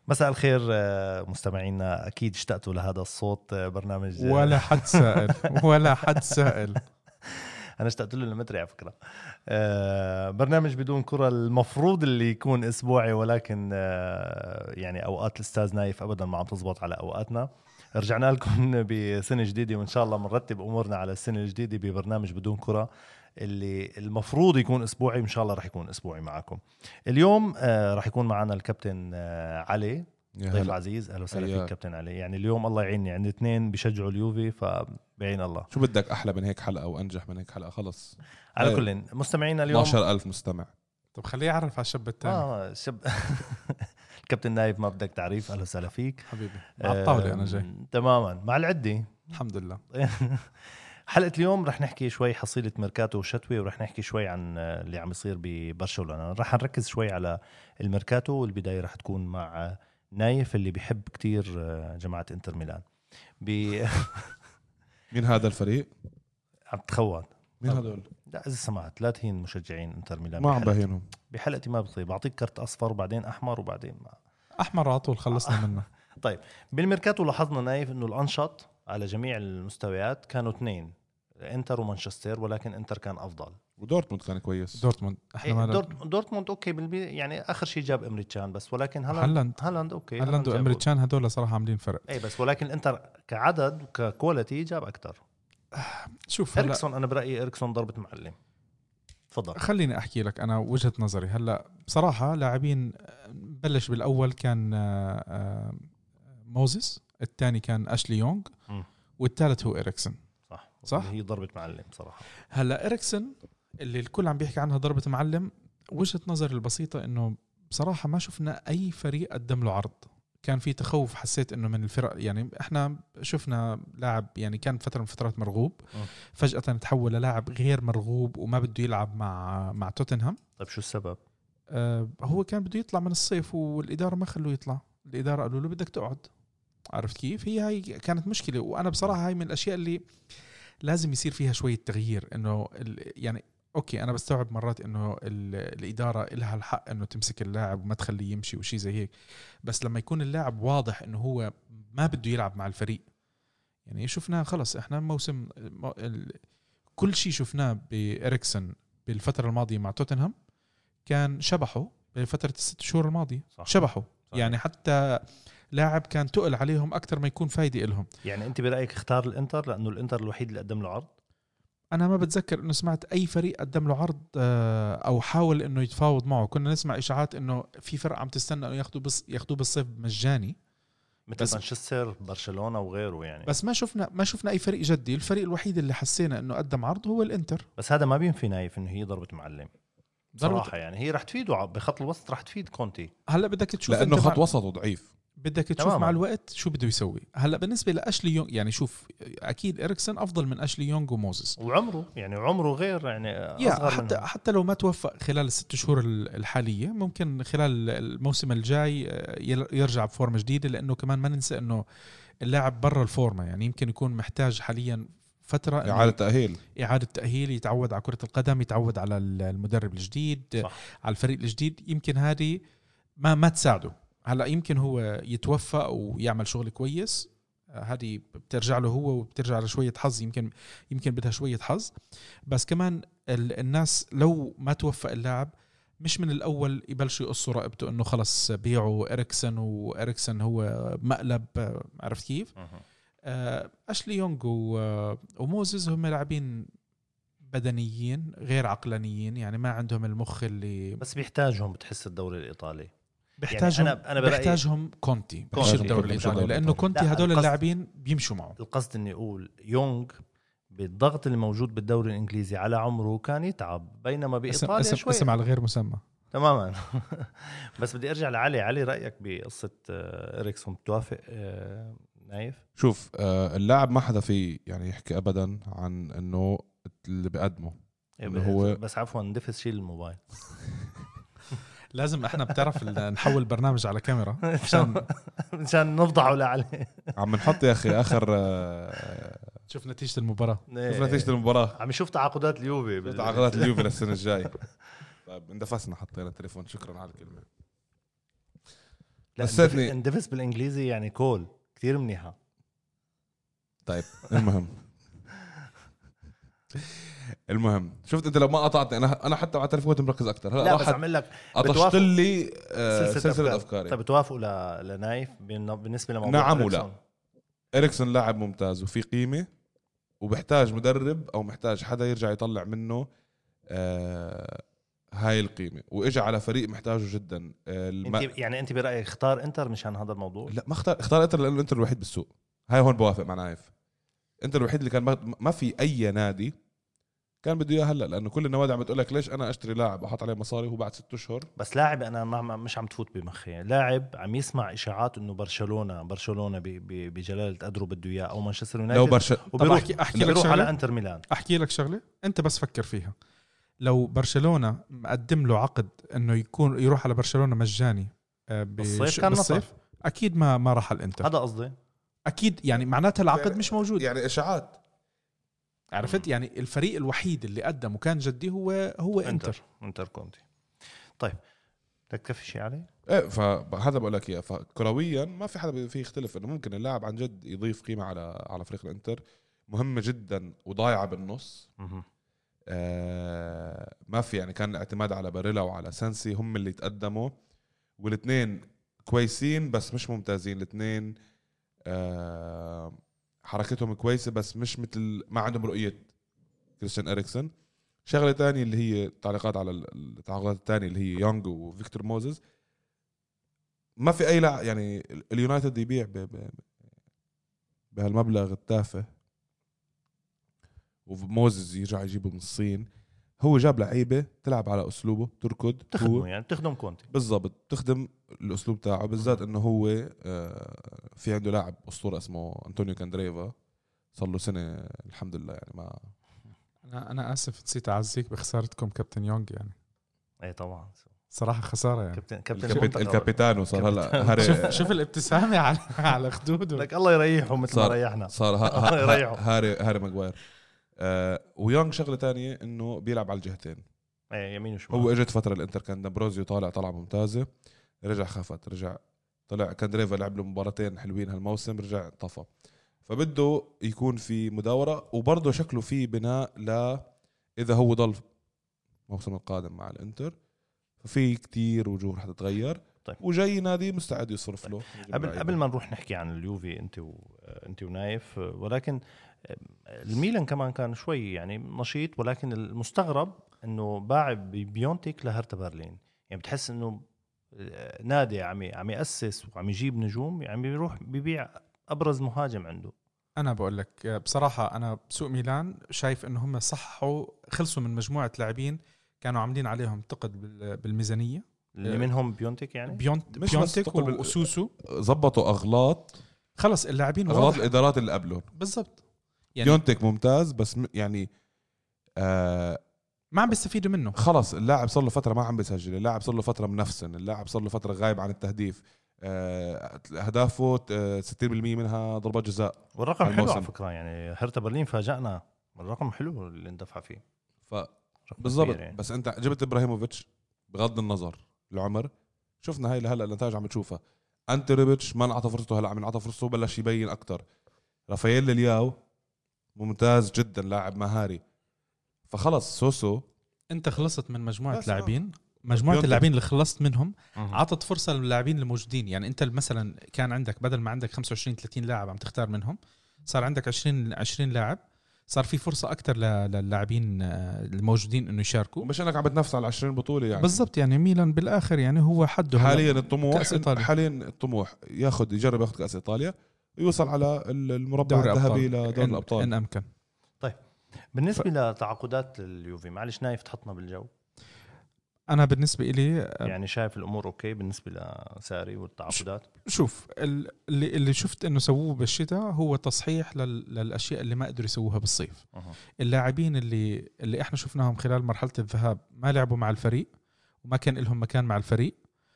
مساء الخير مستمعينا، أكيد اشتقتوا لهذا الصوت. برنامج ولا حد سائل ولا حد سائل. أنا اشتقت له المتري على فكرة. برنامج بدون كرة المفروض اللي يكون أسبوعي، ولكن يعني أوقات الأستاذ نايف أبدا ما عم تزبط على أوقاتنا. رجعنا لكم بسنة جديدة، وإن شاء الله بنرتب أمورنا على السنة الجديدة ببرنامج بدون كرة اللي المفروض يكون أسبوعي، وإن شاء الله رح يكون أسبوعي معكم. اليوم رح يكون معنا الكابتن علي ضيف عزيز. أهلا وسهلا فيك كابتن علي. يعني اليوم الله يعيني، عندي اثنين بيشجعوا اليوفي، فبعين الله. شو بدك أحلى من هيك حلقة وأنجح من هيك حلقة؟ خلص على كل مستمعينا اليوم 12,000 مستمع. طب خليه يعرف على الشاب الثاني. الكابتن نايف، ما بدك تعريف. أهلا وسهلا فيك حبيبي. مع الطاولة أنا جاي تماما مع العدي. الحمد لله. حلقة اليوم رح نحكي شوي حصيلة ميركاتو وشتوي، ورح نحكي شوي عن اللي عم يصير ببرشلونة. رح نركز شوي على الميركاتو، والبداية رح تكون مع نايف اللي بيحب كتير جماعة انتر ميلان. مين هذا الفريق؟ عم تخوض مين هذول؟ لا إذا سمعت لا تهين مشجعين انتر ميلان. ما عم بهينهم بحلقتي، ما بصير بعطيك كرت أصفر وبعدين أحمر وبعدين ما أحمر على طول، خلصنا منه. طيب بالميركاتو لاحظنا نايف إنه الأنشط على جميع المستويات كانوا اثنين، انتر ومانشستر، ولكن انتر كان افضل. ودورتموند كان كويس. دورتموند احنا دورتموند اوكي يعني اخر شيء جاب امريتشان بس، ولكن هالاند اوكي. هالاند وامريتشان هدول صراحه عاملين فرق. اي بس ولكن الانتر كعدد وككواليتي جاب اكثر. شوف إريكسون، انا برايي إريكسون ضربة معلم. تفضل. خليني احكي لك انا وجهة نظري. هلا بصراحه لاعبين، بلش بالاول كان موزيس، الثاني كان اشلي يونغ، والثالث هو إريكسون. صح؟ هي ضربة معلم صراحة. هلا إريكسون اللي الكل عم بيحكي عنها ضربة معلم، وجهة نظري البسيطة انه بصراحة ما شفنا اي فريق قدم له عرض. كان في تخوف، حسيت انه من الفرق، يعني احنا شفنا لاعب يعني كان فترة من فترات مرغوب، فجأة تحول للاعب غير مرغوب وما بده يلعب مع توتنهام. طيب شو السبب؟ هو كان بده يطلع من الصيف والإدارة ما خلوه يطلع. الإدارة قالوا له بدك تقعد. عرفت كيف؟ هاي كانت مشكلة. وأنا بصراحة هاي من الأشياء اللي لازم يصير فيها شوية تغيير. إنه يعني أوكي، أنا بستوعب مرات إنه الإدارة إلها الحق إنه تمسك اللاعب وما تخليه يمشي وشي زي هيك، بس لما يكون اللاعب واضح إنه هو ما بده يلعب مع الفريق. يعني شفناه خلص، إحنا موسم كل شيء شفناه بإريكسون بالفترة الماضية مع توتنهام كان شبحه بفترة 6 شهور الماضية. شبحه صحيح. يعني حتى لاعب كان تقل عليهم أكتر ما يكون فايدة إلهم. يعني أنت برأيك اختار الإنتر لأنه الإنتر الوحيد اللي قدم له عرض؟ أنا ما بتذكر إنه سمعت أي فريق قدم له عرض أو حاول إنه يتفاوض معه. كنا نسمع إشاعات إنه في فرق عم تستنى إنه ياخدوه بالصيف مجاني، مثل مانشستر، برشلونة وغيره يعني. بس ما شفنا أي فريق جدي. الفريق الوحيد اللي حسينا إنه قدم عرض هو الإنتر. بس هذا ما بينفي نايف إنه هي ضربة معلم صراحة. يعني هي رح تفيده بخط الوسط، رح تفيد كونتي. هلا بدك تشوف، لأنه خط وسطه ضعيف، بدك تشوف مع الوقت شو بده يسوي. هلا بالنسبة لأشلي يونغ، يعني شوف أكيد إريكسون أفضل من أشلي يونغ وموزيس، وعمره غير يعني أصغر حتى لو ما توفق خلال 6 شهور الحالية، ممكن خلال الموسم الجاي يرجع بفورمة جديدة. لأنه كمان ما ننسى أنه اللاعب برا الفورمة، يعني يمكن يكون محتاج حاليا فترة إعادة تأهيل، يتعود على كرة القدم، يتعود على المدرب الجديد. صح. على الفريق الجديد. يمكن هذه ما تساعده. هلا يمكن هو يتوفق ويعمل شغل كويس، هذه بترجع له هو وبترجع لشوية حظ. يمكن بدها شوية حظ. بس كمان الناس لو ما توفق اللاعب، مش من الأول يبلشوا يقصوا رقبته إنه خلص بيعوا إريكسون، وإريكسون هو مقلب. عرفت كيف؟ أشلي يونغ وموزيس هم لاعبين بدنيين غير عقلانيين، يعني ما عندهم المخ اللي بس بيحتاجهم. بتحس الدوري الإيطالي بيحتاجهم، يعني أنا بيحتاجهم كونتي مش الدوري الإيطالي، لأنه كونتي هدول اللاعبين بيمشوا معه. القصد إني أقول يونغ بالضغط اللي موجود بالدوري الإنجليزي على عمره كان يتعب، بينما بإيطاليا شوي اسم على غير مسمى تماما. بس بدي أرجع لعلي رأيك بقصة إريكسون، توافق نايف؟ شوف اللاعب ما حدا فيه يعني يحكي أبدا عن إنه اللي بقدمه هو بس عفوا ندفس شيل الموبايل. لازم احنا بتعرف نحول برنامج على كاميرا عشان نفضحه لعلي. عم نحط يا اخي اخر شوف نتيجة المباراة. عم نشوف تعاقدات اليوفي للسنة الجاي. طيب اندفسنا، حطينا التليفون. شكرا على الكلمة. لا حسيتني اندفس بالانجليزي يعني كول كتير منيحه. طيب المهم شفت انت لو ما قطعتني انا حتى على التليفون مركز اكثر. لا بس عم لك قطشت لي سلسله افكاري. طيب بتوافقوا لنايف بالنسبه لموضوع نعم ولا؟ إريكسون لاعب ممتاز وفي قيمه وبحتاج مدرب او محتاج حدا يرجع يطلع منه هاي القيمه، واجى على فريق محتاجه جدا. يعني انت برايك اختار انتر مشان هذا الموضوع؟ لا ما اختار انتر لانه انتر الوحيد بالسوق. هاي هون بوافق مع نايف. انتر الوحيد اللي كان ما في اي نادي كان بده اياه هلا، لانه كل النوادي عم بتقول لك ليش انا اشتري لاعب احط عليه مصاري وبعد 6 اشهر. بس لاعب انا مش عم تفوت بمخي. لاعب عم يسمع اشاعات انه برشلونه بجلاله قدره بده اياه او مانشستر يونايتد وبيروح احكي لك شغله على انتر ميلان. احكي لك شغله انت بس فكر فيها. لو برشلونه مقدم له عقد انه يروح على برشلونه مجاني بالصيف اكيد ما راح على الانتر. هذا قصدي اكيد يعني معناتها العقد مش موجود، يعني اشاعات. عرفت يعني الفريق الوحيد اللي قدم وكان جدي هو انتر كونتي. طيب بدك تكفي شيء عليه؟ ايه فهذا بقول لك اياه. فكرويا ما في حدا فيه يختلف انه ممكن اللاعب عن جد يضيف قيمه على فريق الانتر. مهمه جدا وضايعه بالنص. ما في يعني كان اعتماد على باريلا وعلى سانسي هم اللي تقدموا، والاثنين كويسين بس مش ممتازين. الاثنين حركتهم كويسة بس مش مثل ما عندهم رؤية كريستيان إريكسون. شغلة تانية اللي هي تعليقات على التعاقدات التانية اللي هي يونغ وفيكتور موزيس. ما في أي لاعب يعني اليونايتد يبيع بهالمبلغ التافه وموزيس يرجع يجيبه من الصين. هو جاب لعيبة تلعب على أسلوبه تركض تخدمه يعني تخدم كونتي بالضبط، تخدم الأسلوب تاعه بالذات. إنه هو في عنده لاعب أسطورة اسمه أنطونيو كاندريفا صار له سنة الحمد لله. يعني ما أنا آسف نسيت أعزيك بخسارتكم كابتن يونغ يعني. أي طبعا صراحة خسارة يعني. الكابيتانو صار هلا شوف الابتسامة على خدوده. لك الله يريحه مثل ما ريحنا. صار هاري ماغواير. ويونغ شغله تانية انه بيلعب على الجهتين يمين وشمال. هو اجت فتره الانتر كان دامبروزيو طالعه ممتازه، رجع خفت، رجع طلع كاندريفا لعب له مباراتين حلوين هالموسم، رجع طفى. فبده يكون في مداوره وبرضه شكله في بناء اذا هو ضل الموسم القادم مع الانتر ففي كتير وجوه رح تتغير. طيب. وجاي نادي مستعد يصرف له. قبل ما نروح نحكي عن اليوفي انت ونايف، ولكن الميلان كمان كان شوي يعني نشيط، ولكن المستغرب انه باع بيونتيك لهرتا برلين. يعني بتحس انه نادي عم يأسس وعم يجيب نجوم، يعني بيروح بيبيع ابرز مهاجم عنده. انا بقول لك بصراحه انا بسوق ميلان شايف انه هم صحوا خلصوا من مجموعه لاعبين كانوا عاملين عليهم تقد بالميزانيه اللي منهم بيونتيك يعني بيونتيك وسوسو زبطوا اغلاط. خلص اللاعبين اغلاط الادارات اللي قبلهم بالضبط. يعني بيونتيك ممتاز بس يعني ما عم بيستفيدوا منه. خلص اللاعب صار له فتره ما عم بيسجل، اللاعب صار له فتره منفسن، اللاعب صار له فتره غايب عن التهديف. اهدافه 60% منها ضربات جزاء. والرقم حلو على فكره، يعني هرتا برلين فاجأنا، الرقم حلو اللي اندفع فيه. بالضبط يعني. بس انت جبت ابراهيموفيتش بغض النظر العمر، شفنا هاي هلا النتائج عم تشوفها. انت ريبتش ما انعطى فرصته، هلا عم ينعطى فرصته بلش يبين اكتر. رافائيل لياو ممتاز جدا، لاعب مهاري. فخلص سوسو انت خلصت من مجموعه لاعبين، مجموعه اللاعبين اللي خلصت منهم عطت فرصه للاعبين الموجودين. يعني انت مثلا كان عندك بدل ما عندك 25-30 لاعب عم تختار منهم، صار عندك 20 لاعب، صار في فرصه اكثر للاعبين الموجودين انه يشاركوا، مش انك عم بتنافس على 20 بطوله يعني. بالضبط. يعني ميلان بالاخر يعني هو حده حاليا الطموح يجرب ياخذ كاس ايطاليا ويوصل على المربع الذهبي لدوري الابطال ان امكن. طيب بالنسبه لتعاقدات اليوفي، معلش نايف تحطنا بالجو. انا بالنسبه إلي يعني شايف الامور اوكي بالنسبه لساري والتعاقدات. شوف اللي شفت انه سووه بالشتاء هو تصحيح للاشياء اللي ما قدروا يسووها بالصيف. اللاعبين اللي احنا شفناهم خلال مرحله الذهاب ما لعبوا مع الفريق وما كان لهم مكان مع الفريق،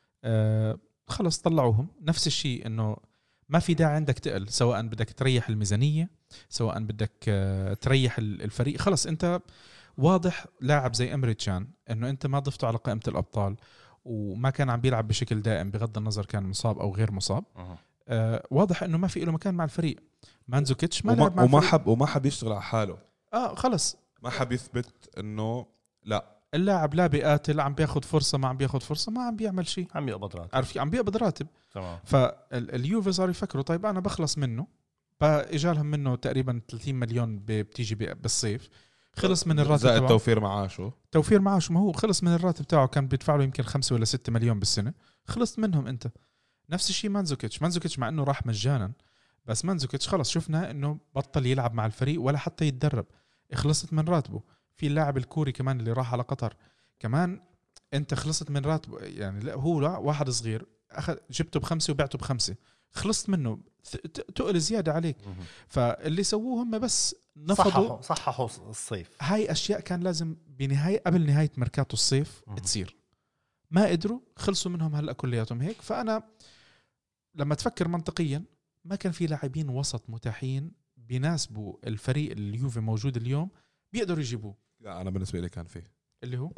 خلص طلعوهم. نفس الشيء انه ما في داعي عندك تقل، سواء بدك تريح الميزانيه سواء بدك تريح الفريق. خلص انت واضح لاعب زي امري تشان انه انت ما ضفته على قائمه الابطال وما كان عم بيلعب بشكل دائم بغض النظر كان مصاب او غير مصاب. واضح انه ما في له مكان مع الفريق. مانزوكيتش ما لعب مع الفريق وما حب يشتغل على حاله. خلص ما حب يثبت انه لا اللاعب لا بيقاتل، عم بياخد فرصة ما عم بياخد فرصة، ما عم بيعمل شيء، عم يقبض راتب. عارف عم بيقبض راتب. تمام. فاليوفي صار يفكروا طيب انا بخلص منه، فاجالهم منه تقريبا 30 مليون بتيجي بالصيف، خلص من الراتب زائد تبعه، توفير معاشه. ما هو خلص من الراتب تاعه، كان بيدفع له يمكن 5 ولا 6 مليون بالسنة، خلصت منهم انت. نفس الشيء مانزوكيتش مع انه راح مجانا، بس مانزوكيتش خلص شفنا انه بطل يلعب مع الفريق ولا حتى يتدرب، خلصت من راتبه. في اللاعب الكوري كمان اللي راح على قطر كمان، انت خلصت من راتبه. يعني لا هو لا واحد صغير جبته ب5 وبعته ب5، خلصت منه، تقل زيادة عليك. فاللي سووه هم بس نفضوا صححوا الصيف. هاي أشياء كان لازم قبل نهاية ميركاتو الصيف تصير، ما قدروا، خلصوا منهم هلأ كلياتهم هيك. فأنا لما تفكر منطقيا ما كان في لاعبين وسط متاحين بيناسبوا الفريق اليوفي موجود اليوم بيقدروا يجيبوه. لا أنا بالنسبة لي كان فيه اللي هو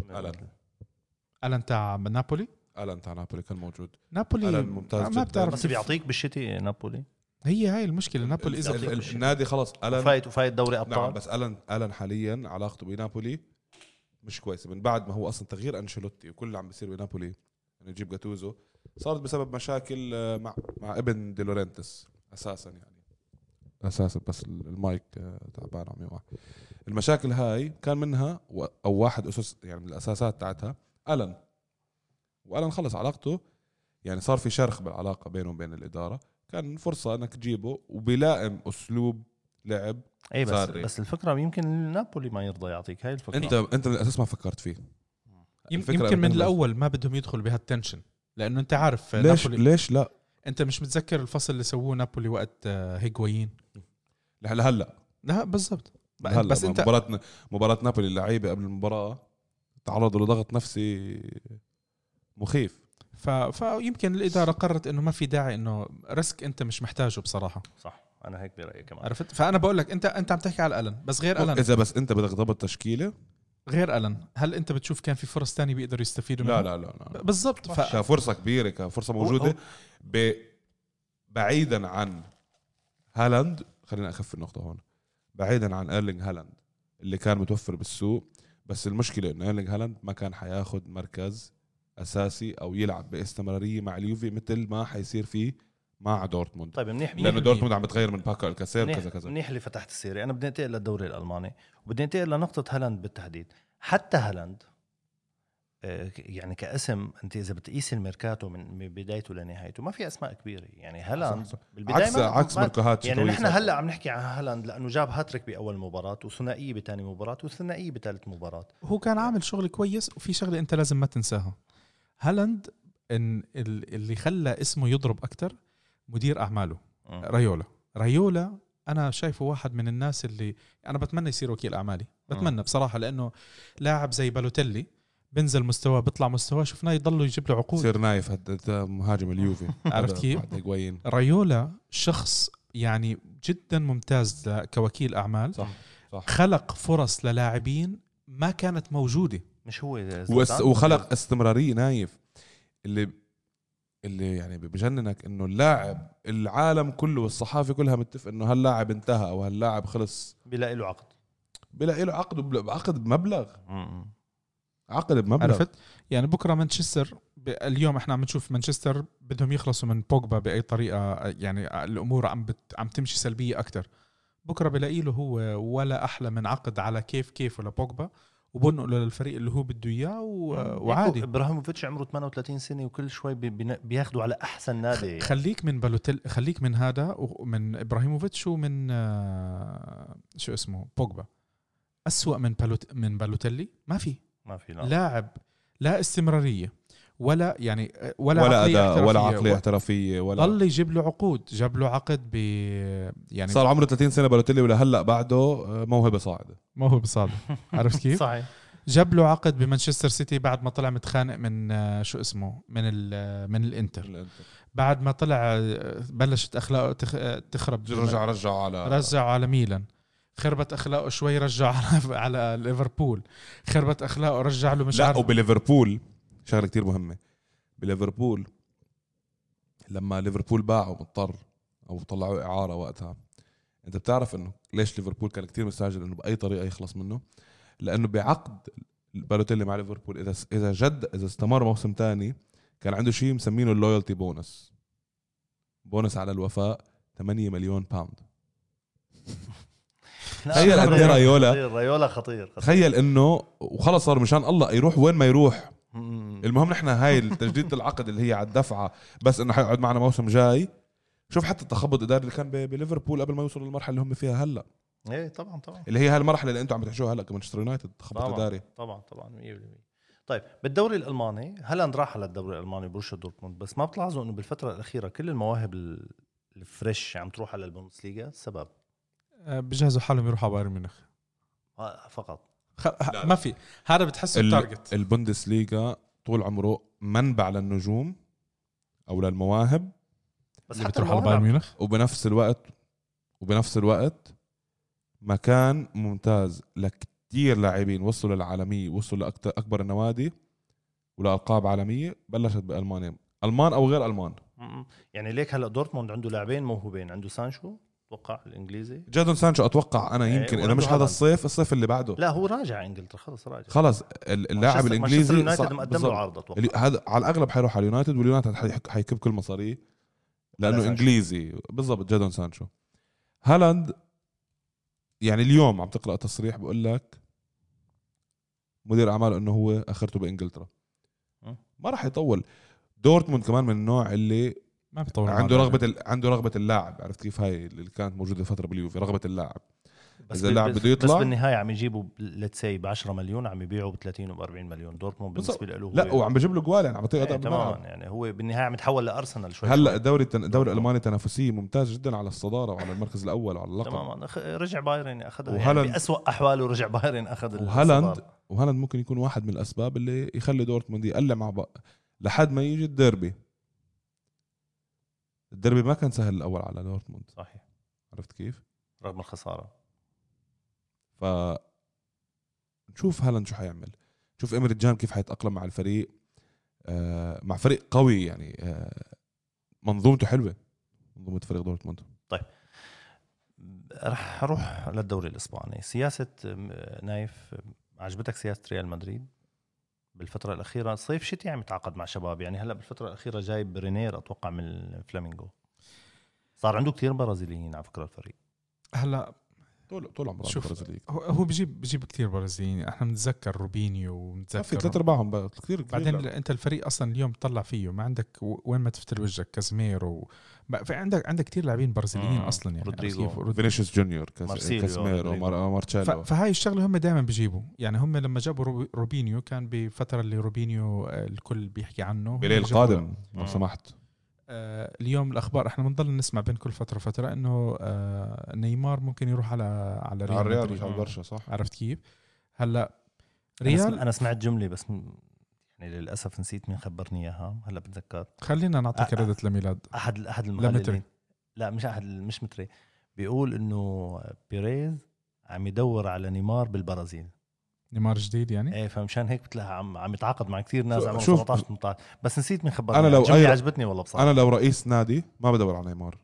ألان تاع نابولي. ألان تاع نابولي كان موجود. نابولي ممتاز ما بتعرف بس بيعطيك بالشتي نابولي. هاي المشكلة. نابولي إذا النادي خلص ألان وفايت دوري أبطال. نعم بس ألان حاليا علاقته بنابولي مش كويسة من بعد ما هو أصلا تغيير أنشيلوتي وكل اللي عم بيصير بنابولي إنه يجيب جاتوزو، صارت بسبب مشاكل مع ابن دي لورنتس أساسا أساسا. بس المايك تعبان عم يوقع. المشاكل هاي كان منها أو واحد أساس يعني من الأساسات تاعتها ألان. وألان خلص علاقته يعني صار في شرخ بالعلاقة بينه وبين الإدارة، كان فرصة أنك تجيبه وبيلائم أسلوب لعب. اي بس الفكرة يمكن نابولي ما يرضى يعطيك هاي الفكرة. انت من الاساس ما فكرت فيه. يمكن من الاول ما بدهم يدخل بهالتنشن، لانه انت عارف ليش لا انت مش متذكر الفصل اللي سووه نابولي وقت هيغوين هلا لا بالضبط. بس انت مباراة نابولي اللعيبة قبل المباراة تعرضوا لضغط نفسي مخيف. فيمكن الإدارة قررت إنه ما في داعي، إنه ريسك أنت مش محتاجه بصراحة. صح أنا هيك برأيي كمان. عرفت؟ فأنا بقول لك أنت عم تحكي على ألان، بس غير ألان إذا أنت بدك تضبط تشكيلة غير ألان، هل أنت بتشوف كان في فرص تانية بيقدروا يستفيدوا منها؟ لا بالضبط. فرصة كبيرة، كفرصة موجودة بعيدا عن هالاند. خلينا أخف النقطة هون، بعيدا عن إيرلينغ هالاند اللي كان متوفر بالسوق. بس المشكلة إنه إيرلينغ هالاند ما كان حياخد مركز أساسي أو يلعب باستمرارية مع اليوفي مثل ما حيصير فيه مع دورتموند. طيب منيح لأنه دورتموند عم بتغير من باكا الكاسير كذا. منيح اللي فتحت السيرة. أنا بدي أنتقل للدوري الألماني وبدي أنتقل لنقطة هالاند بالتحديد. حتى هالاند يعني كاسم، أنت إذا بتقيس الميركاتو من بدايته لنهايته ما في أسماء كبيرة. يعني هالاند بالبداية عكس ميركاتو. يعني نحن هلأ عم نحكي عن هالاند لأنه جاب هاتريك بأول مباراة وثنائية بتاني مباراة وثنائية بثالث مباراة. هو كان عامل شغل كويس. وفي شغلة أنت لازم ما تنساها، هالاند إن اللي خلى اسمه يضرب أكتر مدير أعماله رايولا. أنا شايفه واحد من الناس اللي أنا بتمنى يصير وكيل أعمالي، بتمنى بصراحة، لأنه لاعب زي بالوتيلي بنزل مستوى بيطلع مستوى، شفناه يضلوا يجيب له عقود. سير نايف مهاجم اليوفي. عرفت كيف؟ رايولا شخص يعني جدا ممتاز كوكيل أعمال. صح. خلق فرص للاعبين ما كانت موجودة، مش هو وخلق استمرارية. نايف اللي يعني بجننك انه اللاعب العالم كله والصحافة كلها متفق انه هاللاعب انتهى او هاللاعب خلص، بيلاقي له عقد بمبلغ. عرفت؟ يعني بكرة مانشستر اليوم احنا عم نشوف مانشستر بدهم يخلصوا من بوجبا بأي طريقة، يعني الأمور عم تمشي سلبية أكتر. بكرة بلاقي له هو ولا أحلى من عقد على كيف ولا بوجبا، وبنقله للفريق اللي هو بده إياه وعادي. إبراهيموفيتش عمره 38 سنة وكل شوي بياخدوا على أحسن نادي. خليك من خليك من هذا ومن إبراهيموفيتش ومن شو اسمه بوجبا. أسوأ من بالوتيلي ما في لاعب لا استمرارية ولا يعني ولا أداء ولا عقلية احترافية ولا ضل يجيب له عقود. جاب له عقد يعني صار عمره 30 سنة بالوتيلي ولا هلأ بعده موهبة صاعدة. عرفت كيف؟ صحيح. جاب له عقد بمانشستر سيتي بعد ما طلع متخانق من شو اسمه من الانتر. بعد ما طلع بلشت أخلاقه تخرب، رجع على ميلان. خربت أخلاقه شوي، رجع على ليفربول. خربت أخلاقه، رجع له مش عارف. وبليفربول شغلة كتير مهمة، بليفربول لما ليفربول باعوا مضطر او طلعوا اعاره وقتها. انت بتعرف انه ليش ليفربول كان كتير مستعجل انه باي طريقه يخلص منه؟ لانه بعقد بالوتيلي مع ليفربول اذا استمر موسم تاني كان عنده شيء مسمينه اللويالتي بونس على الوفاء 8 مليون باوند. تخيل قد ايه رايولا خطير. تخيل انه وخلص صار مشان الله يروح وين ما يروح. المهم نحن هاي التجديد العقد اللي هي على الدفعه بس انه حيقعد معنا موسم جاي. شوف حتى التخبط الاداري اللي كان بليفربول قبل ما يوصلوا للمرحله اللي هم فيها هلا. ايه طبعا اللي هي هالمرحله اللي انتم عم بتحشوها هلا كمانشستر يونايتد تخبط اداري. طبعا 100%. طيب بالدوري الالماني هالاند راح على الدوري الالماني بروسيا دورتموند، بس ما بتلاحظوا انه بالفتره الاخيره كل المواهب الفريش عم تروح على البوندسليغا؟ السبب بجهزوا حالهم يروحوا بايرن ميونخ فقط. ما في هذا بتحسه التارجت. البوندسليغا طول عمره منبع للنجوم او للمواهب بس اللي بتروح على بايرن ميونخ، وبنفس الوقت مكان ممتاز لكتير لاعبين وصلوا للعالميه، وصلوا لاكبر النوادي ولألقاب عالميه بلشت بالمانيا، المان او غير المان. يعني ليك هلا دورتموند عنده لاعبين موهوبين، عنده سانشو اتوقع الانجليزي، جادون سانشو اتوقع انا يمكن اذا مش هذا الصيف اللي بعده. لا هو راجع انجلترا خلص اللاعب الانجليزي يونايتد مقدم له عرض اتوقع. هذا على الاغلب حيروح على اليونايتد، واليونايتد حيكب كل مصاريه لانه انجليزي بالضبط. جادون سانشو. هالاند يعني اليوم عم تقرأ تصريح بقول لك مدير اعماله انه هو اخرته بانجلترا، ما راح يطول. دورتموند كمان من النوع اللي ما بيطول، عنده رغبه اللاعب. عرفت كيف؟ هاي اللي كانت موجوده فتره باليوفي، رغبه اللاعب. اذا اللاعب بده يطلع بس بالنهايه عم يجيبوا لتسي ب 10 مليون، عم يبيعوا ب 30 و 40 مليون. دورتموند بالنسبه له لا وعم بجيب له جوال، يعني عم يعطيه اداء تماما. يعني هو بالنهايه عم يتحول لارسنال شوي. هلا الدوري الالماني تنافسي ممتاز جدا على الصداره وعلى المركز الاول وعلى اللقب. تماما. رجع بايرن اخذها يعني بأسوأ احواله، رجع بايرن اخذ الصداره. وهالاند ممكن يكون واحد من الاسباب اللي يخلي دورتموند يقلع مع لحد ما يجي الديربي ما كان سهل الاول على دورتموند. صحيح. عرفت كيف؟ رغم الخساره. نشوف هالاند شو حيعمل، نشوف إمري جان كيف حيتأقلم مع الفريق، مع فريق قوي يعني، منظومته حلوة منظومة فريق دورتموند. طيب رح اروح للدوري الاسباني. سياسة نايف، عجبتك سياسة ريال مدريد بالفترة الأخيرة؟ صيف شتي عم يتعاقد مع شباب، يعني هلا بالفترة الأخيرة جايب رينير أتوقع من فلامينغو، صار عنده كتير برازيليين على فكرة الفريق. هلا طول عمره برازيلي. هو بيجيب كتير برازيليين. احنا بنتذكر روبينيو ونتذكر في 3/4 كتير. بعدين انت الفريق اصلا اليوم تطلع فيه ما عندك وين ما تفتل وجهك. كازميرو في عندك كتير لاعبين برازيليين اصلا، يعني رودريغو، فينيسيوس جونيور، كازميرو، مارتشيلو. فهاي الشغله هم دائما بيجيبوا. يعني هم لما جابوا روبينيو كان بفتره اللي روبينيو الكل بيحكي عنه بليل قادم لو سمحت. اليوم الأخبار احنا بنضل نسمع بين كل فترة إنه نيمار ممكن يروح على ريال مش على برشا. صح. عرفت كيف؟ هلا ريال أنا سمعت جملة بس يعني للأسف نسيت مين خبرني إياها. هلا بتذكر. خلينا نعطي كريدت لميلاد. أحد المحللين. لا مش أحد، مش متري، بيقول إنه بيريز عم يدور على نيمار بالبرازيل. نيمار جديد يعني. ايه فمشان هيك بتلاقي عم يتعاقد مع كثير ناس عمرهم 17 18. بس نسيت مين خبرني. انا لو عجبتني والله بصراحه. انا لو رئيس نادي ما بدور على نيمار.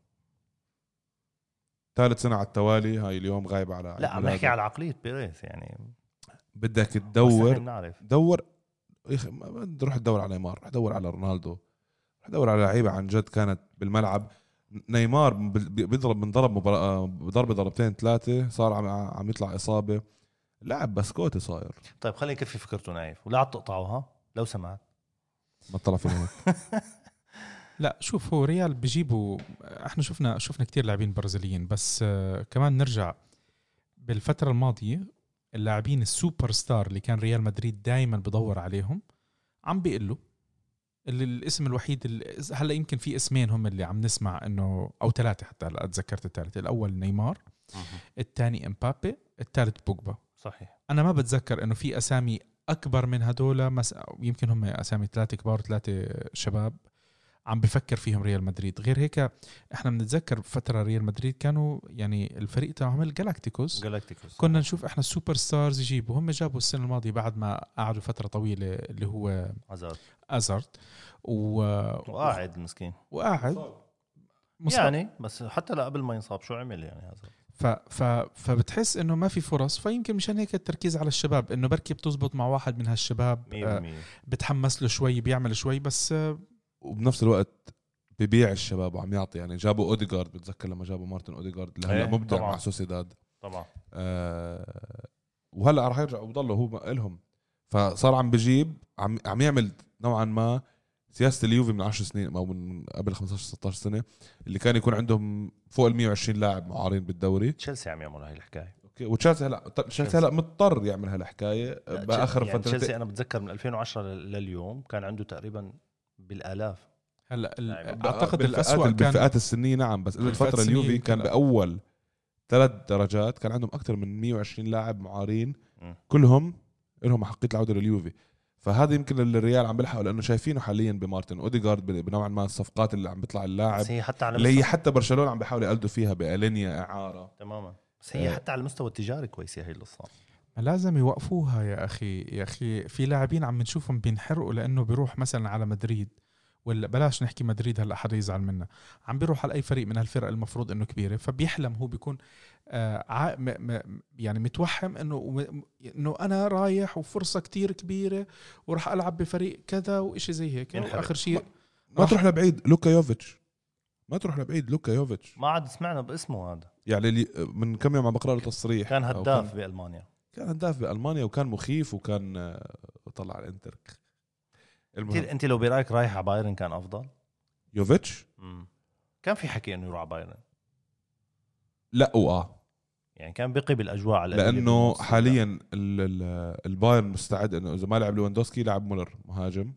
3 سنة على التوالي، هاي اليوم غايبة على. لا عم نحكي على عقلية بيريز يعني. بدك تدور تروح تدور على نيمار، روح دور على رونالدو، روح دور على لعيبة عن جد كانت بالملعب. نيمار بيضرب ضربتين 3 صار عم يطلع إصابة. لاعب بسكوتي صاير. طيب خلينا نكفي فكرته نايف ولا عاد تقطعوها لو سمحت. ما طلع فينا. لا شوف، هو ريال بيجيبوا. احنا شفنا كتير لاعبين برازيليين، بس كمان نرجع بالفترة الماضية اللاعبين السوبر ستار اللي كان ريال مدريد دايما بدور عليهم عم بيقلوا. الاسم الوحيد هلا يمكن في اسمين هم اللي عم نسمع انه، او 3 حتى هلا اتذكرت الثالث. الاول نيمار، الثاني امبابي، الثالث بوجبا. صحيح. انا ما بتذكر انه في اسامي اكبر من هدول، يمكن هم اسامي 3 كبار 3 شباب عم بفكر فيهم ريال مدريد. غير هيك احنا بنتذكر فترة ريال مدريد كانوا يعني الفريق تاعهم الجالاكتيكوس، كنا نشوف احنا السوبر ستارز يجيبوا، هم جابوا السنة الماضية بعد ما قعدوا فترة طويلة اللي هو أزارد وقاعد مسكين وقاعد يعني، بس حتى لا قبل ما ينصاب شو عمل يعني هذا. فبتحس انه ما في فرص، فيمكن مشان هيك التركيز على الشباب، انه بركي بتزبط مع واحد من هالشباب بتحمس له شوي، بيعمل شوي بس وبنفس الوقت ببيع الشباب وعم يعطي. يعني جابوا اوديغارد، بتذكر لما جابوا مارتن اوديغارد اللي هلا مبدع مع سوسيداد طبعا. وهلا راح يرجع وضله هو لهم، فصار عم بجيب عم يعمل نوعا ما سياسة اليوفي من 10 سنين او من قبل 15-16 سنة، اللي كان يكون عندهم فوق ال 120 لاعب معارين بالدوري. تشيلسي عم يعمل هاي الحكاية. اوكي، وتشيلسي هلا مضطر يعمل هالحكاية باخر يعني فترة. تشيلسي انا بتذكر من 2010 لليوم كان عنده تقريبا بالالاف. هلا اعتقد الأسوأ كان بالفئات السنية. نعم، بس الفترة اليوفي كان باول 3 درجات كان عندهم اكثر من 120 لاعب معارين كلهم لهم حقية العودة لليوفي. فهذا يمكن الريال عم بيلحقوا، لانه شايفينه حاليا بمارتن اوديغارد بنوعا ما الصفقات اللي عم بيطلع اللاعب، هي حتى على اللي هي حتى برشلونة عم بيحاولوا يقلدوا فيها بألينيا اعاره تماما. بس هي حتى على المستوى التجاري كويسه هي القصه. لازم يوقفوها يا اخي. في لاعبين عم نشوفهم بينحرقوا لانه بيروح مثلا على مدريد، ولا بلاش نحكي مدريد هلا حدا يزعل منا، عم بيروح على اي فريق من هالفرق المفروض انه كبيره، فبيحلم هو بيكون يعني متوهم انه انا رايح وفرصه كتير كبيره وراح العب بفريق كذا وإشي زي هيك. اخر شيء ما تروح لبعيد لوكا يوفيتش، ما تروح لبعيد لوكا يوفيتش، ما عاد سمعنا باسمه هذا. يعني من كم يوم عم بقرأ له تصريح، كان هداف بألمانيا، كان هداف بألمانيا وكان مخيف وكان طلع على الانتر. انت لو برايك رايح على بايرن كان افضل؟ يوفيتش كان في حكي انه يروح على بايرن. لا يعني كان بقي بالاجواء على لانه حاليا البايرن مستعد انه اذا ما لعب ليفاندوسكي لعب مولر مهاجم،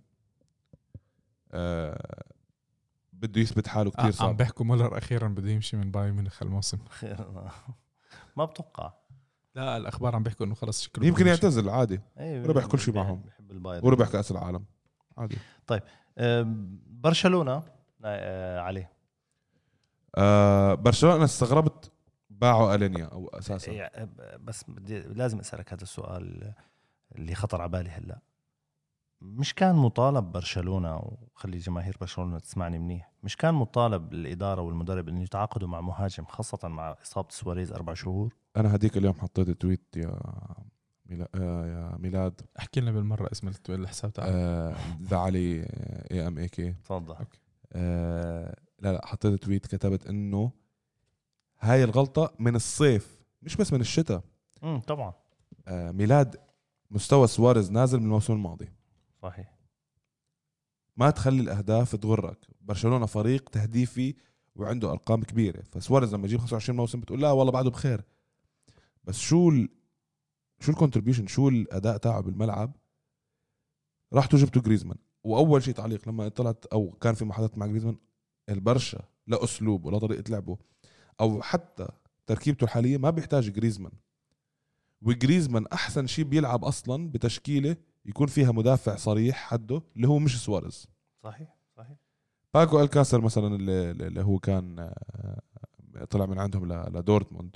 بده يثبت حاله كتير صعب. عم بيحكوا مولر اخيرا بده يمشي من بايرن ميونخ الموسم. ما بتوقع. لا الاخبار عم بيحكوا انه خلص شكله يمكن يعتزل عادي. ربح كل شيء معهم، وربح كأس العالم عادي. طيب برشلونة عليه. برشلونة أنا استغربت باعوا ألينيا أو أساسا. بس لازم أسألك هذا السؤال اللي خطر على بالي هلا. مش كان مطالب برشلونة، وخلي جماهير برشلونة تسمعني منيح، مش كان مطالب الإدارة والمدرب إنه يتعاقدوا مع مهاجم خاصة مع إصابة سواريز 4 شهور؟ أنا هديك اليوم حطيت تويت يا ميلاد، احكي لنا بالمرة اسم الحساب تاعك. ده علي AMAK. تفضل. لا حطيت تويت كتبت إنه هاي الغلطة من الصيف مش بس من الشتاء. طبعا. ميلاد مستوى سواريز نازل من الموسم الماضي. صحيح. ما تخلي الأهداف تغرك. برشلونة فريق تهديفي وعنده أرقام كبيرة، فسواريز لما يجيب 25 موسم بتقول لا والله بعده بخير. بس شو الكونتريبيوشن، شو الأداء تاعه بالملعب. رحتوا جبتوا جريزمان، وأول شيء تعليق لما طلعت أو كان في محادثات مع جريزمان، البرشا لا أسلوب ولا طريقة لعبه أو حتى تركيبته الحالية ما بيحتاج جريزمان. وجريزمان أحسن شيء بيلعب أصلا بتشكيلة يكون فيها مدافع صريح حده اللي هو مش سواريز. صحيح. باكو الكاسر مثلا اللي هو كان طلع من عندهم لدورتموند،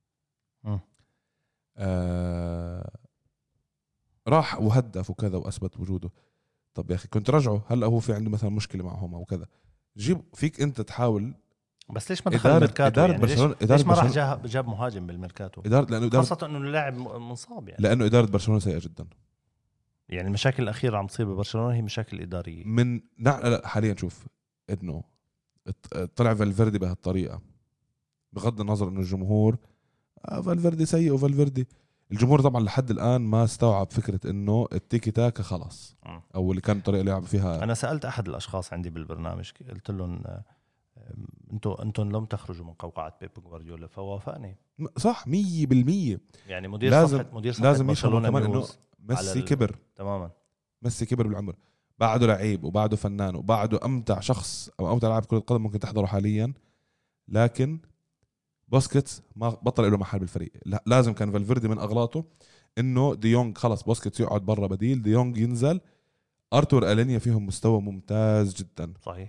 راح وهدف وكذا وأثبت وجوده. طب يا أخي كنت رجعه، هلأ هو في عنده مثلا مشكلة معهم أو كذا، جيب فيك أنت تحاول. بس ليش ما دخل الميركاتو؟ يعني ليش ما راح جاب مهاجم بالميركاتو؟ خاصة إنه اللاعب منصاب يعني. لأنه إدارة برشلونة سيئة جدا. يعني المشاكل الأخيرة عم تصير ببرشلونة هي مشاكل إدارية. لا حاليا شوف إنه طلع فالفيردي بهالطريقة، بغض النظر إنه الجمهور فالفيردي سيء وفالفيردي، الجمهور طبعا لحد الآن ما استوعب فكرة إنه التيكي تاكا خلاص أو اللي كان الطريقة اللي يلعب فيها. أنا سألت أحد الأشخاص عندي بالبرنامج، قلت لهم أنتم لم تخرجوا من قوقعة بيب جوارديولا، فوافقني. صح 100%. يعني مدير صفحة برشلونة كمان إنه ميسي كبر تماما. ميسي كبر بالعمر، بعده لعيب وبعده فنان وبعده أمتع شخص أو أمتع لاعب كرة قدم ممكن تحضره حاليا، لكن بوسكيتس ما بطل له محل بالفريق. لازم كان فالفيردي من أغلاطه إنه ديونج خلص بوسكيتس يقعد برا بديل، ديونج ينزل، أرتور ألينيا فيهم مستوى ممتاز جدا. صحيح.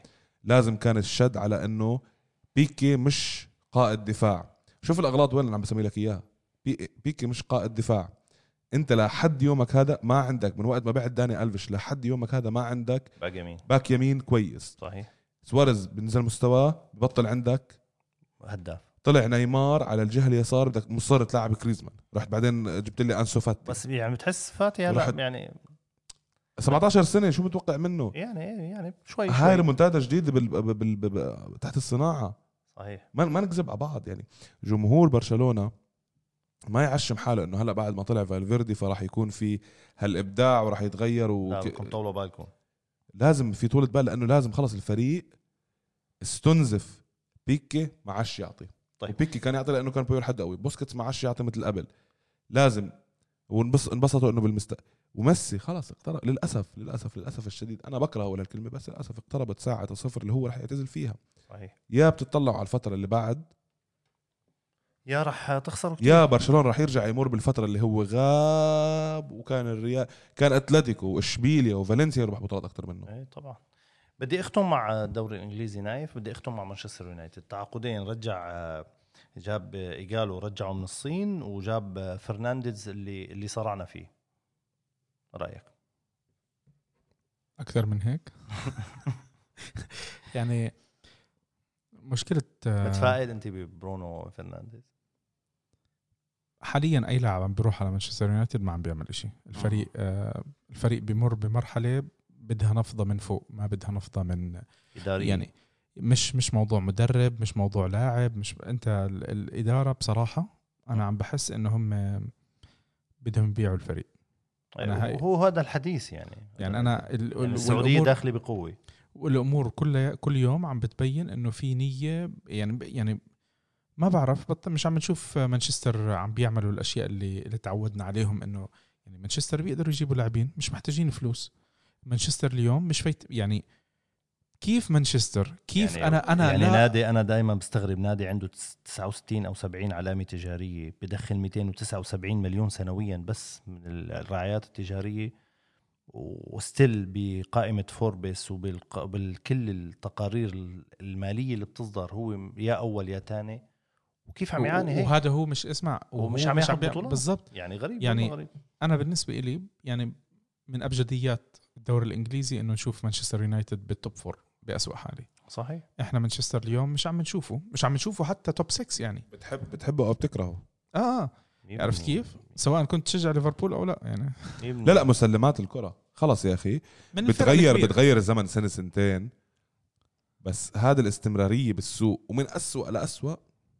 لازم كان الشد على انه بيكي مش قائد دفاع. شوف الاغلاط وين اللي عم بسمي لك اياها. بيكي مش قائد دفاع. انت لحد يومك هذا ما عندك، من وقت ما بعد داني ألفيش لحد يومك هذا ما عندك باك يمين كويس. صحيح. سواريز بنزل مستواه ببطل عندك هداف. طلع نيمار على الجهه اليسار، بدك مصر تلعب كريزمان، رحت بعدين جبت لي انسو فاتي. بس يعني بتحس فاتي هلا يعني 17 سنه شو متوقع منه؟ يعني شوي هاي ريمونتادا جديده تحت الصناعه. صحيح. ما نكذب على بعض. يعني جمهور برشلونه ما يعشم حاله انه هلا بعد ما طلع فالفيردي فراح يكون في هالابداع وراح يتغير بدكم طولوا بالكم. لازم في طولة بال، لانه لازم خلص الفريق استنزف. بيكي ما عادش يعطي. طيب. بيكي كان يعطي لانه كان بيقول حد قوي. بوسكيتس ما عادش يعطي مثل قبل. لازم انبسطوا انه وميسي خلاص اقترب. للاسف الشديد، انا بكره ولا الكلمه، بس للاسف اقتربت ساعه الصفر اللي هو رح يعتزل فيها. صحيح. يا بتطلعوا على الفتره اللي بعد، يا رح تخسروا كتير. يا برشلونه رح يرجع يمر بالفتره اللي هو غاب، وكان الريال كان اتلتيكو واشبيليا وفالنسيا يربح بطولات اكثر منه. اي طبعا. بدي اختم مع الدوري الانجليزي نايف. بدي اختم مع مانشستر يونايتد. تعاقدين رجع، جاب إيجالو رجعه من الصين، وجاب فرنانديز اللي صرعنا فيه. رأيك؟ أكثر من هيك. يعني مشكلة متفائل أنت ببرونو فرنانديز؟ حاليا أي لاعب عم بيروح على مانشستر يونايتد ما عم بيعمل إشي. الفريق بيمر بمرحلة بدها نفضة من فوق، ما بدها نفضة من إداري. يعني مش موضوع مدرب، مش موضوع لاعب، مش انت الإدارة. بصراحة انا عم بحس انه هم بدهم يبيعوا الفريق. هو هذا الحديث يعني انا السعودية داخلة بقوة، والامور كل يوم عم بتبين انه في نية. يعني ما بعرف، مش عم نشوف مانشستر عم بيعملوا الاشياء اللي تعودنا عليهم. انه يعني مانشستر بيقدروا يجيبوا لاعبين، مش محتاجين فلوس. مانشستر اليوم مش يعني كيف مانشستر كيف يعني أنا يعني نادي، أنا دايما بستغرب نادي عنده 69 أو 70 علامة تجارية بدخل 279 مليون سنويا بس من الرعايات التجارية، وستيل بقائمة فوربس وبالكل التقارير المالية اللي بتصدر هو يا أول يا تاني. وكيف عم يعاني هيك؟ وهذا هو مش اسمع، ومش عم ياخد بطولات بالضبط. يعني غريب. يعني غريب. أنا بالنسبة إلي يعني من أبجديات الدوري الإنجليزي إنه نشوف مانشستر يونايتد بالتوب 4 بأسوأ حالي. صحيح. إحنا مانشستر اليوم مش عم نشوفه حتى توب 6 يعني. بتحبه أو بتكرهه؟ عرفت كيف؟ سواء كنت تشجع ليفربول أو لا يعني. لا مسلمات الكرة خلاص يا أخي، بتغير الزمن سنة سنتين، بس هذا الاستمرارية بالسوق ومن أسوأ لأسوأ.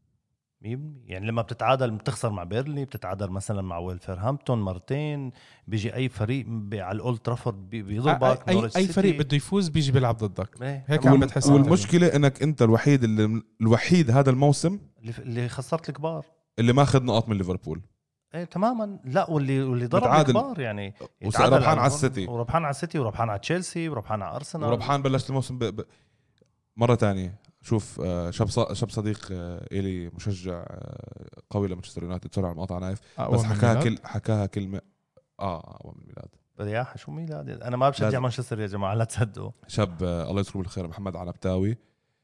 يعني لما بتتعادل بتخسر مع بيرلي، بتتعادل مثلا مع ويلفرهامبتون مرتين، بيجي اي فريق على الاولد ترافورد بيضربك. اي فريق بده يفوز بيجي بيلعب ضدك. هيك عم بتحس. والمشكله انك انت الوحيد هذا الموسم اللي خسرت الكبار، اللي ما اخذ نقاط من ليفربول. ايه تماما. لا واللي ضرب الكبار يعني ربحان على السيتي، وربحان على السيتي، وربحان على تشيلسي، وربحان على ارسنال، وربحان بلش الموسم مره تانية. شوف شاب صديق إلي مشجع قوي لمانشستر يونايتد، سوري على المقاطعة نايف، بس حكاها كلمة أول من الميلاد. برياح شو ميلاد؟ أنا ما بشجع مانشستر يا جماعة، لا تصدقوا. شاب الله يذكره بالخير، محمد عنبتاوي،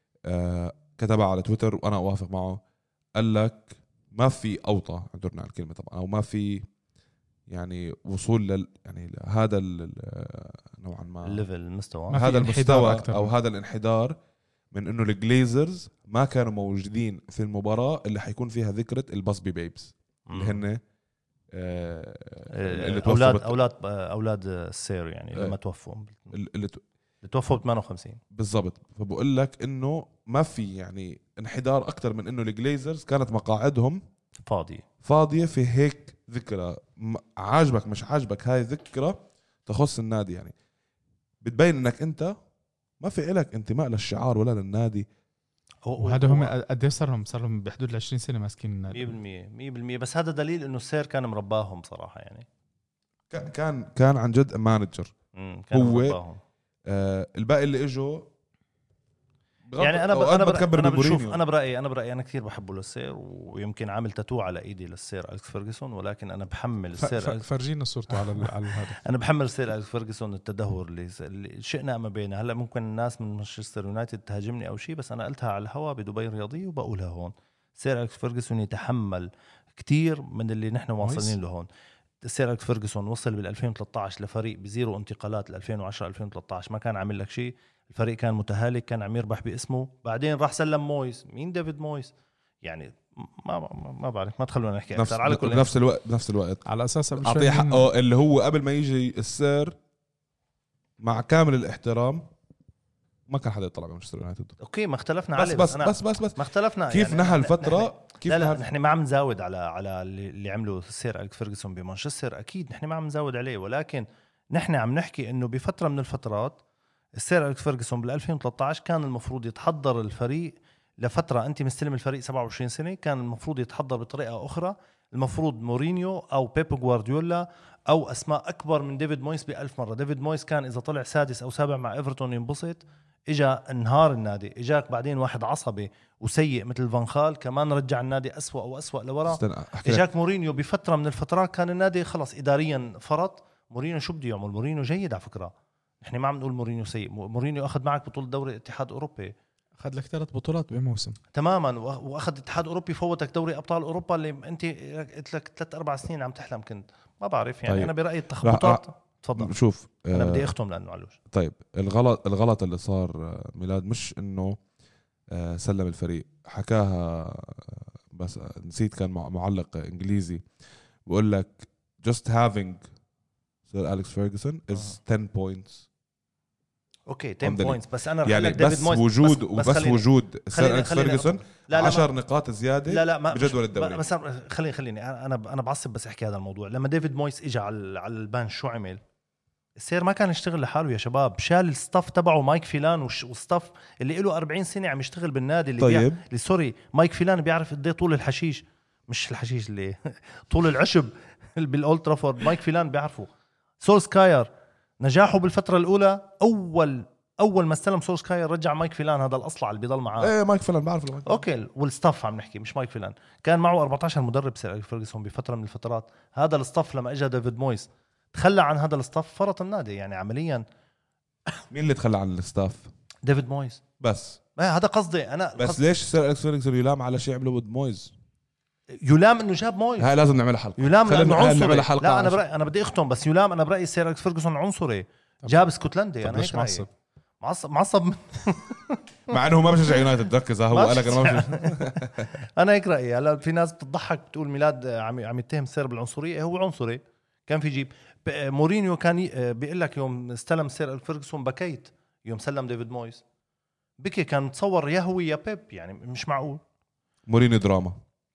كتبها على تويتر وأنا أوافق معه. قال لك ما في أوطى، عندنا الكلمة طبعا، أو ما في يعني وصول يعني هذا نوعا ما الليفل، المستوى، هذا المستوى أو هذا الانحدار من انه الجليزرز ما كانوا موجودين في المباراة اللي حيكون فيها ذكرة الباسبي بيبس اللي هن اللي اولاد السير يعني لما توفوا اللي توفوا ب 58 بالضبط. فبقول لك انه ما في يعني انحدار اكتر من انه الجليزرز كانت مقاعدهم فاضية في هيك ذكرى. عاجبك مش عاجبك، هاي ذكرى تخص النادي، يعني بتبين انك انت ما في إلك انتماء للشعار ولا للنادي. وهذا هم قد ايش صار لهم بحدود 20 سنه ماسكين النادي 100%. بس هذا دليل انه السير كان مرباهم صراحه، يعني كان عن جد مانجر. هو الباقي اللي اجوا يعني انا بتكبر انا بمورينيو. بشوف انا برايي انا كثير بحبه للسير، ويمكن عامل تاتو على ايدي للسير أليكس فيرغسون، ولكن انا بحمل السير فرجينا صورته على هذا. انا بحمل السير أليكس فيرغسون التدهور اللي شئنا ما بينه. هلا ممكن الناس من مانشستر يونايتد تهاجمني او شيء، بس انا قلتها على الهواء بدبي الرياضيه وبقولها هون. السير أليكس فيرغسون يتحمل كتير من اللي نحن واصلين له هون. السير أليكس فيرغسون وصل بال 2013 لفريق بزيرو انتقالات، 2010 2013 ما كان عامل لك شيء، الفريق كان متهالك، كان عم يربح باسمه. بعدين راح سلم مويس. مين ديفيد مويس؟ يعني ما بعرف، ما تخلونا نحكي اكثر. على كل بنفس الوقت على اساس اعطيه حقه اللي هو قبل ما يجي السير، مع كامل الاحترام ما كان حدا يطلع بمانشستر يونايتد. اوكي ما اختلفنا بس عليه، بس أنا بس بس بس ما اختلفنا كيف يعني نهى الفتره كيف لا نحن ما عم نزاود على اللي عمله السير أليكس فيرغسون بمانشستر، اكيد نحن ما عم نزاود عليه، ولكن نحن عم نحكي انه بفتره من الفترات السير أليكس فيرغسون بال 2013 كان المفروض يتحضر الفريق لفتره. انت مستلم الفريق 27 سنه، كان المفروض يتحضر بطريقه اخرى. المفروض مورينيو او بيب غوارديولا او اسماء اكبر من ديفيد مويس ب1000 مره. ديفيد مويس كان اذا طلع سادس او سابع مع ايفرتون ينبسط. اجا انهار النادي، اجاك بعدين واحد عصبي وسيء مثل فان خال كمان رجع النادي أسوأ وأسوأ لورا. اجاك مورينيو بفتره من الفترات كان النادي خلص اداريا فرط. مورينيو شو بده يعمل؟ مورينيو جيد على فكره، نحن ما عم نقول مورينيو سيء. مورينيو اخذ معك بطوله دوري الاتحاد الاوروبي، اخذ لك 3 بطولات بموسم تماما، واخذ الاتحاد الاوروبي، فوتك دوري ابطال اوروبا اللي انت قلت لك 3-4 سنين عم تحلم كنت. ما بعرف يعني. طيب. انا برايي التخبطات. تفضل. شوف انا بدي اختم لانه علوش. طيب الغلط اللي صار ميلاد مش انه سلم الفريق، حكاها بس نسيت، كان معلق انجليزي بقول لك just having Sir Alex Ferguson is 10 points. اوكي 10 بوينتس، بس انا رح يعني بس وجود وجود سير أليكس فيرغسون 10 نقاط زياده لا بجدول الدوري. بس خليني انا بعصب بس احكي هذا الموضوع. لما ديفيد مويس اجى على البنش شو عمل؟ السير ما كان يشتغل لحاله يا شباب، شال الستاف تبعه مايك فيلان والستاف اللي له 40 سنه عم يشتغل بالنادي اللي طيب. اللي سوري مايك فيلان بيعرف قد ايه طول الحشيش، مش الحشيش اللي طول العشب بالاولد ترافورد. مايك فيلان بيعرفه. سولسكاير نجاحه بالفتره الاولى، اول ما استلم سولسكاير رجع مايك فيلان هذا الاصلع اللي بيضل معاه. ايه مايك فيلان بعرف اوكي، والستاف عم نحكي مش مايك فيلان. كان معه 14 مدرب سير أليكس فيرغسون بفتره من الفترات. هذا الستاف لما اجى ديفيد مويس تخلى عن هذا الستاف، فرط النادي يعني عمليا. مين اللي تخلى عن الستاف؟ ديفيد مويس. بس هذا قصدي انا. بس ليش سير أليكس فيرغسون يلام على شيء عمله ود مويس؟ يلام انه جاب مويس. هاي لازم نعملها حلقه. يلام لانه عنصري. لا انا انا بدي اختم بس. يلام انا برايي سير أليكس فيرغسون عنصري، جاب اسكتلندي. انا هيك معصب معصب مع انه ما بشجع يونايتد. ركز هو قال لك انا ما بشجع. انا هيك رايي. هلا في ناس بتضحك بتقول ميلاد عم يتهم سير بالعنصريه. هو عنصري، كان في يجيب. مورينيو كان بيقول لك يوم استلم سير أليكس فيرغسون بكيت. يوم سلم ديفيد مويس بكي، كان متصور يا هو يا بيب، يعني مش معقول. مورينيو دراما.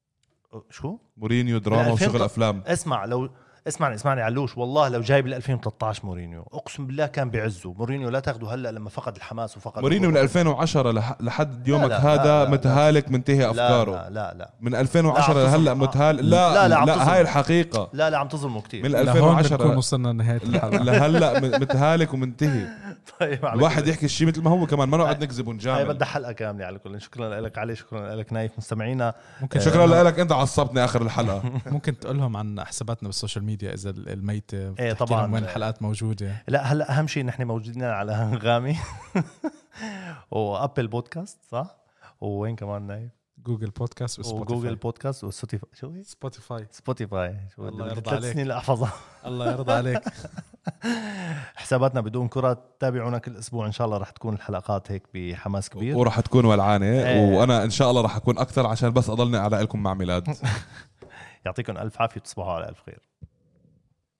شو مورينيو دراما وشغل افلام. اسمع لو اسمعني علوش، والله لو جايب 2013 مورينيو اقسم بالله كان بيعزه. مورينيو لا تاخده هلا لما فقد الحماس وفقد مورينيو من 2010 لحد يومك هذا متهالك منتهي افكاره. لا من 2010 لهلا متهالك. لا هاي الحقيقه. لا عم تظلموا كتير. من 2010 وصلنا لنهايه الحلقه لهلا متهالك ومنتهي. طيب الواحد يحكي الشيء مثل ما هو، كمان ما نقعد نكذب ونجامل. هاي بدها حلقه كامله على كل. شكرا لك علي، شكرا لك نايف. مستمعينا شكرا لك، انت عصبتني اخر الحلقه. ممكن تقول لهم عن حساباتنا بالسوشيال ميديا اذا الميتة. ايه طبعا وين الحلقات موجوده. لا هلا اهم شيء نحن موجودين على انغامي وابل بودكاست صح، وين كمان نايف؟ جوجل بودكاست وجوجل بودكاست وسبوتيفاي. شو هي؟ سبوتيفاي. الله يرضى 3 سنين لاحفظها. الله يرضى عليك. حساباتنا بدون كرة. تابعونا كل اسبوع ان شاء الله. رح تكون الحلقات هيك بحماس كبير، ورح تكون ولعانه. وانا ان شاء الله رح اكون اكثر عشان بس اضلني على لكم مع ميلاد. يعطيكم الف عافيه، تصبحوا على الف خير.